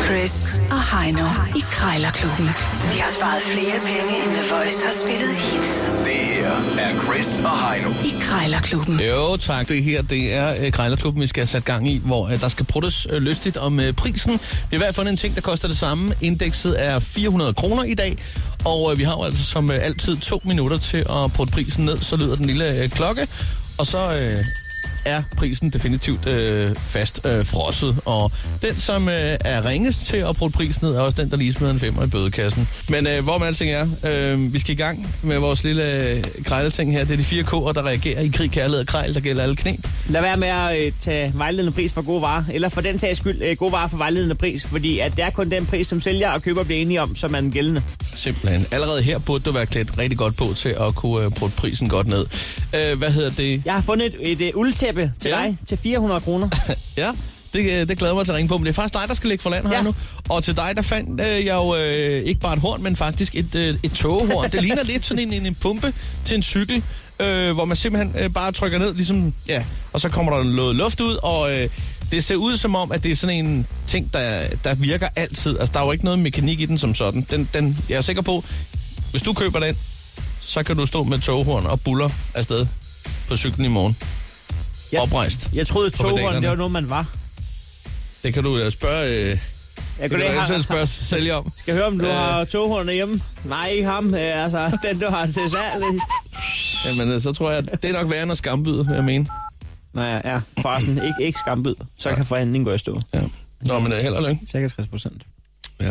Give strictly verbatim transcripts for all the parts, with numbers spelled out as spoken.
Chris og Heino i Krejlerklubben. De har sparet flere penge, end The Voice har spillet hits. Det her er Chris og Heino i Krejlerklubben. Jo tak, det her det er uh, Krejlerklubben, vi skal have sat gang i, hvor uh, der skal pruttes uh, lystigt om uh, prisen. Vi har i hvert fald en ting, der koster det samme. Indekset er fire hundrede kroner i dag, og uh, vi har jo altså som uh, altid to minutter til at putte prisen ned, så lyder den lille uh, klokke, og så... Uh, er prisen definitivt øh, fast øh, frosset. Og den, som øh, er ringest til at bruge prisen ned, er også den, der lige smider en femmer i bødekassen. Men øh, hvor man alting er, øh, vi skal i gang med vores lille øh, krejleting her. Det er de fire K'er, der reagerer i krig, kærlighed og krejl, der gælder alle knæ. Lad være med at øh, tage vejledende pris for gode varer, eller for den sags skyld øh, gode varer for vejledende pris, fordi at det er kun den pris, som sælger og køber bliver enige om, som er den gældende. Simpelthen. Allerede her burde du være klædt rigtig godt på til at kunne øh, bruge prisen godt ned. Øh, hvad hedder det? Jeg har fundet et, et, et uldtæppe til ja. dig til fire hundrede kroner. Ja, det, det glæder mig til at ringe på, men det er faktisk dig, der skal lægge for land her ja. nu. Og til dig, der fandt øh, jeg jo øh, ikke bare et horn, men faktisk et, øh, et togehorn. Det ligner lidt sådan en, en, en pumpe til en cykel, øh, hvor man simpelthen øh, bare trykker ned, ligesom, ja, og så kommer der noget luft ud, og øh, det ser ud som om, at det er sådan en ting, der, der virker altid. Altså, der er jo ikke noget mekanik i den som sådan. Den, den, jeg er sikker på, hvis du køber den, så kan du stå med togehorn og buller afsted på cyklen i morgen. Jeg, Oprejst. Jeg troede, toghorn, det var noget, man var. Det kan du spørge... Øh, jeg kan du have, selv spørge sælger om. Skal jeg høre, om du øh, har toghorn hjemme? Nej, ikke ham. Øh, altså, den, du har til salg. Jamen, så tror jeg, at det er nok værre end at skambyde, vil jeg mene. Nej, ja, forresten. Ikke, ikke skambyd. Så ja. kan forhandlingen gå i stå. Ja. Nå, men held og lykke. seksogtres procent. Ja.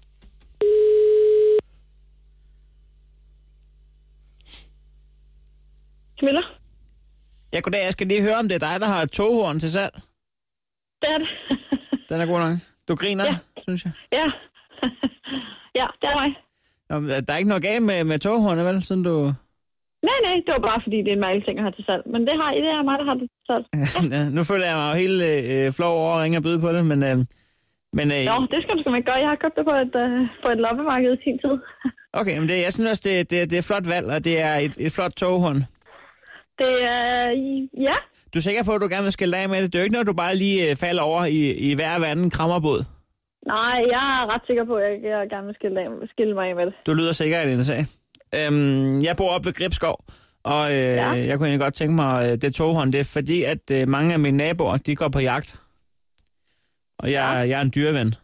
Camilla? Ja, goddag. Jeg skal lige høre, om det er dig, der har et toghorn til salg. Det er det. Den er god nok. Du griner, ja. synes jeg. Ja. Ja, det er mig. Nå, der er ikke noget galt med, med toghornet, vel? Sådan du... Nej, nej, det var bare fordi, det er en mærkelig ting, jeg har til salg. Men det, har, det er mig, der har det til salg. Ja. Ja, nu føler jeg mig jo helt øh, flov over at ringe og byde på det, men... Øh, men øh, Nå, det skal du sgu ikke gøre. Jeg har købt det på et, øh, på et loppemarked i sin tid. Okay, men det, jeg synes også, det, det, det er et flot valg, og det er et, et flot toghorn. Det er... Ja. Du er sikker på, at du gerne vil skille af med det? Det er jo ikke noget, du bare lige øh, falder over i, i hver og anden krammerbåd. Nej, jeg er ret sikker på, at jeg, jeg gerne vil skille, af, skille mig af med det. Du lyder sikker i den sag. Øhm, jeg bor oppe ved Gribskov, og øh, ja. jeg kunne egentlig godt tænke mig, øh, det toghorn, det er fordi, at øh, mange af mine naboer, de går på jagt. Og jeg, ja. jeg er en dyreven.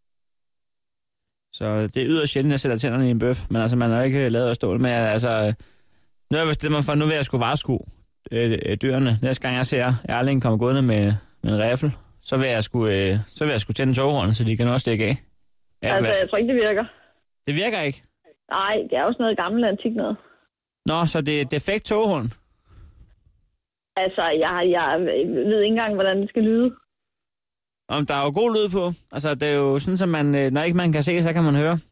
Så det er yderst sjældent, at jeg sætter tænderne i en bøf. Men altså, man har ikke lavet at stå med. Altså, nu er jeg bestemt mig for, nu vil jeg sgu vareskue øh, øh, dyrene. Næste gang jeg ser Erling komme gående med, med en riffel, så vil jeg sgu, øh, så vil jeg sgu tænde toghornet, så de kan også stikke af. Ja, altså, jeg tror ikke, det virker. Det virker ikke? Nej, det er også noget gammelt antik noget. Nå, så det er defekt toghorn? Altså, jeg, jeg ved ikke engang, hvordan det skal lyde. Om der er jo god lyd på. Altså, det er jo sådan, at man, når ikke man kan se, så kan man høre.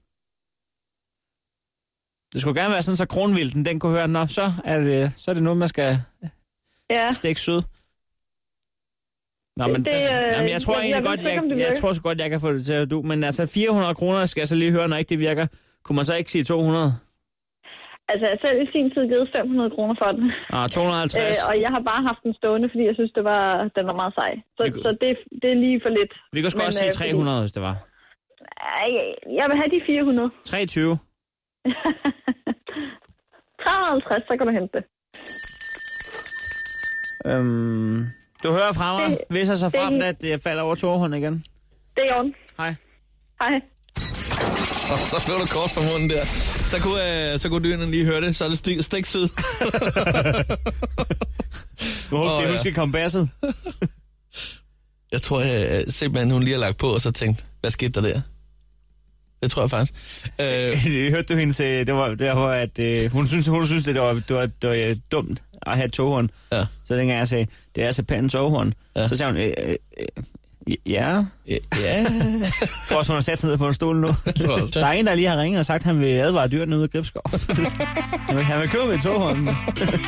Det skulle gerne være sådan, så kronvilden, den kunne høre, nå, så er det, så er det noget, man skal ja. stikke sød. Nå, men det, det, jamen, jeg tror jeg, egentlig jeg godt, jeg, jeg, jeg tror så godt, jeg kan få det til at du. Men altså, fire hundrede kroner skal jeg så lige høre, når ikke det virker. Kunne man så ikke sige to hundrede? Altså, jeg selv i sin tid givet fem hundrede kroner for den. Ah, to hundrede og halvtreds. Øh, og jeg har bare haft den stående, fordi jeg synes, det var, den var meget sej. Så, kunne... så det, det er lige for lidt. Vi kan sgu også sige tre hundrede, fordi... hvis det var. Ej, jeg vil have de fire hundrede. treogtyve. tre hundrede og halvtreds, så kan du hente det. Øhm, du hører fra mig, det, hvis jeg så frem, det, at jeg falder over toghornet igen. Det er i orden. Hej. Hej. Og så blev du kort fra munden der. Så kunne, øh, så kunne dyrene lige høre det, så er det stik, stik sød. Nu håber det, huske kompasset. Jeg tror jeg, simpelthen, hun lige har lagt på, og så tænkt, hvad skete der der? Det tror jeg faktisk. Øh, hørte du hende sige, det var derfor, at øh, hun synes, hun synes det, var, det, var, det var dumt at have et toghorn. Ja. Så dengang jeg sagde, det er altså pænt toghorn. Ja. Så sagde hun, øh, øh, Ja. Ja. ja. Jeg tror også, hun har sat sig ned på en stol nu. Der er en, der lige har ringet og sagt, at han vil advare dyrene ude i Gribskov. han, vil, han vil købe et toghorn. Det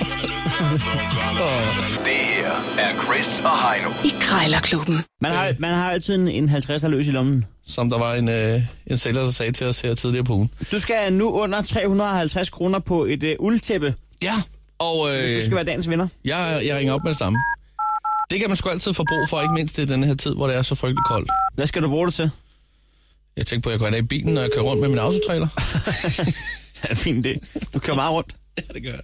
her er Chris og Heino i Krejlerklubben. Man har, man har altid en, en halvtredser løs i lommen. Som der var en, øh, en sælger, der sagde til os her tidligere på ugen. Du skal nu under tre hundrede og halvtreds kroner på et øh, uldtæppe. Ja. Og, øh, hvis du skal være dagens vinder. Jeg, jeg ringer op med det samme. Det kan man sgu altid få brug for, ikke mindst i denne her tid, hvor det er så frygteligt koldt. Hvad skal du bruge det til? Jeg tænkte på, at jeg kunne have det i bilen, når jeg kører rundt med min autotrailer. Det er fint det. Du kører meget rundt. Ja, det gør jeg.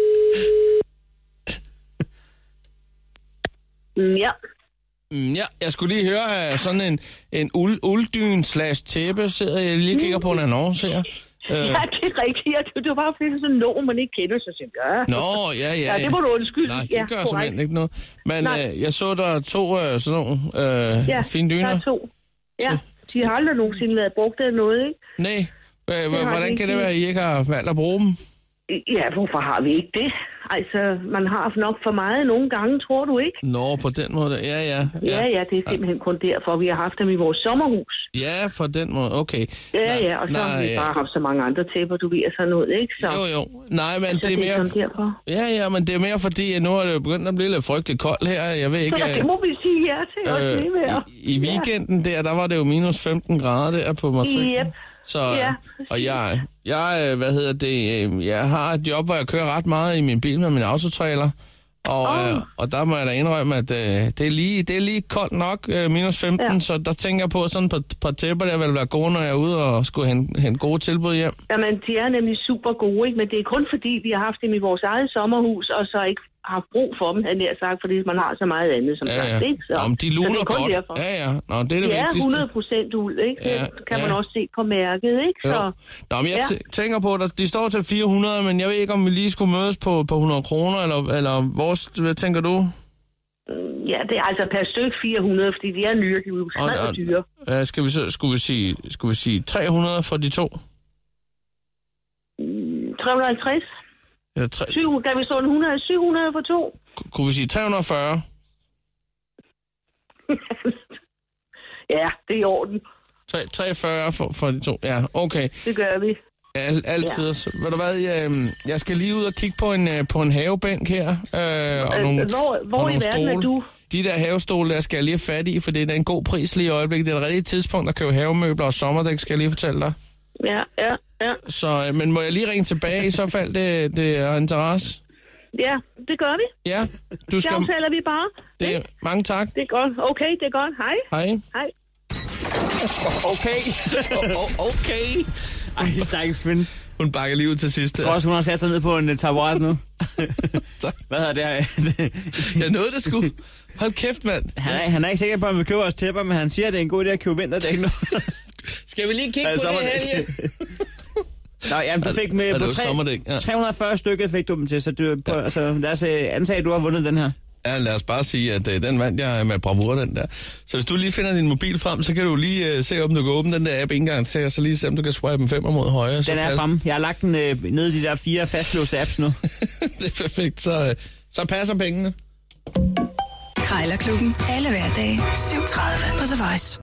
Ja. Mm, ja, jeg skulle lige høre uh, sådan en, en uld, ulddyn slash tæppe, sidder jeg lige og kigger på en annonce her. Uh, Ja, det er rigtigt. Ja, det, det var bare fordi, det er sådan nogen, man ikke kender, så siger jeg, ja. Nå, ja, ja. Ja, det må du undskylde. Nej, det ja, gør korrekt. simpelthen ikke noget. Men uh, jeg så der to uh, sådan nogle uh, Ja, fine dyner. der er to. Ja, de har aldrig nogensinde været brugt eller noget, ikke? Nej, har hvordan de kan det ikke. være, at I ikke har valgt at bruge dem? Ja, hvorfor har vi ikke det? Altså, man har nok for meget nogle gange, tror du ikke? Nå, på den måde. Ja, ja. Ja, ja, det er simpelthen kun derfor, vi har haft dem i vores sommerhus. Ja, for den måde. Okay. Ja, nej, ja, og så nej, har vi ja. bare haft så mange andre tæpper, du ved, og sådan noget, ikke? Så, Jo, jo. Nej, men så det er mere... sådan derfor. Ja, ja, men det er mere fordi, at nu er det begyndt at blive lidt frygteligt koldt her. Jeg ved ikke... Så det må vi sige ja til, også det med. i, I weekenden der, der var det jo minus femten grader der på matriklen. Yep. Så, Ja, og jeg, jeg, hvad hedder det, øh, jeg har et job, hvor jeg kører ret meget i min bil med min autotrailer. Og, Oh. øh, og der må jeg da indrømme, at øh, det, er lige, det er lige koldt nok, øh, minus femten, Ja. så der tænker jeg på, at sådan et par, par tæpper, der vil være gode, når jeg er ude og skulle hente, hente gode tilbud hjem. Jamen, de er nemlig super gode, ikke? Men det er kun fordi, vi har haft dem i vores eget sommerhus, og så ikke haft brug for dem, havde jeg nær sagt, fordi man har så meget andet, som Ja, sagt, ja. ikke? Så, Nå, men de så det luner er kun godt. derfor. Ja, ja. Nå, det er det Ja, vigtigste. hundrede procent uld, ikke? Ja, Det kan ja. man også se på mærket, ikke? Så, Jo. Nå, men jeg Ja. t- tænker på, at de står til fire hundrede, men jeg ved ikke, om vi lige skulle mødes på, på hundrede kroner, eller, eller hvor, hvad tænker du? ja, det er altså per stykke fire hundrede, fordi de er nyere, de er jo Og- og- meget dyre. Ja, skal vi så, skulle vi sige, skulle vi sige tre hundrede for de to? tre hundrede og halvtreds. Eller tre, syv, kan vi stå en hundrede, syv hundrede for to? kunne vi sige tre hundrede og fyrre? Ja, det er i orden. tre hundrede og fyrre for, for de to? Ja, okay. Det gør vi. Al, altid. Ja. Ved du hvad, jeg, jeg skal lige ud og kigge på en, øh, på en havebænk her. Øh, og Øh, nogle, hvor- hvor og i nogle verden er stole. du? De der havestole, der skal jeg lige have fat i, for det er en god pris lige i øjeblikket. Det er et rigtigt tidspunkt at købe havemøbler og sommerdæk, skal jeg lige fortælle dig. Ja, ja, ja. Så, øh, men må jeg lige ringe tilbage i så fald, det, det er interesse? Ja, det gør vi. Ja, du Det skal... aftaler vi bare. Det, er- mange tak. Det er godt. Okay, det er godt. Hej. Hej. Hej. Okay. Oh, okay. Ej, stakkels kvinde. Hun bakker lige ud til sidst. Jeg tror også, hun har sat sig ned på en uh, taburet nu. Hvad hedder det her? Jeg nåede det sgu. Hold kæft, mand. Han er, han er ikke sikker på, at vi køber os tæpper, men han siger, at det er en god idé at købe vinterdæk nu. Skal vi lige kigge Ja, på det, sommerdæk. Helge? Nå, jamen, du fik med Ja, det på var tre, sommerdæk, ja. tre hundrede og fyrre stykker fik du dem til, så du, på, altså, lad os uh, antage, at du har vundet den her. Ja, lad os bare sige, at øh, den vandt jeg med bravur, den der. Så hvis du lige finder din mobil frem, så kan du lige øh, se, om du kan åbne den der app en gang til, og så lige se, om du kan swipe den femmer mod højre. Så Den er pas- fremme. Jeg har lagt den øh, ned i de der fire fastlåste apps nu. Det er perfekt, så, øh, så passer pengene. Krejlerklubben. Alle hverdage. syv tredive på The Voice.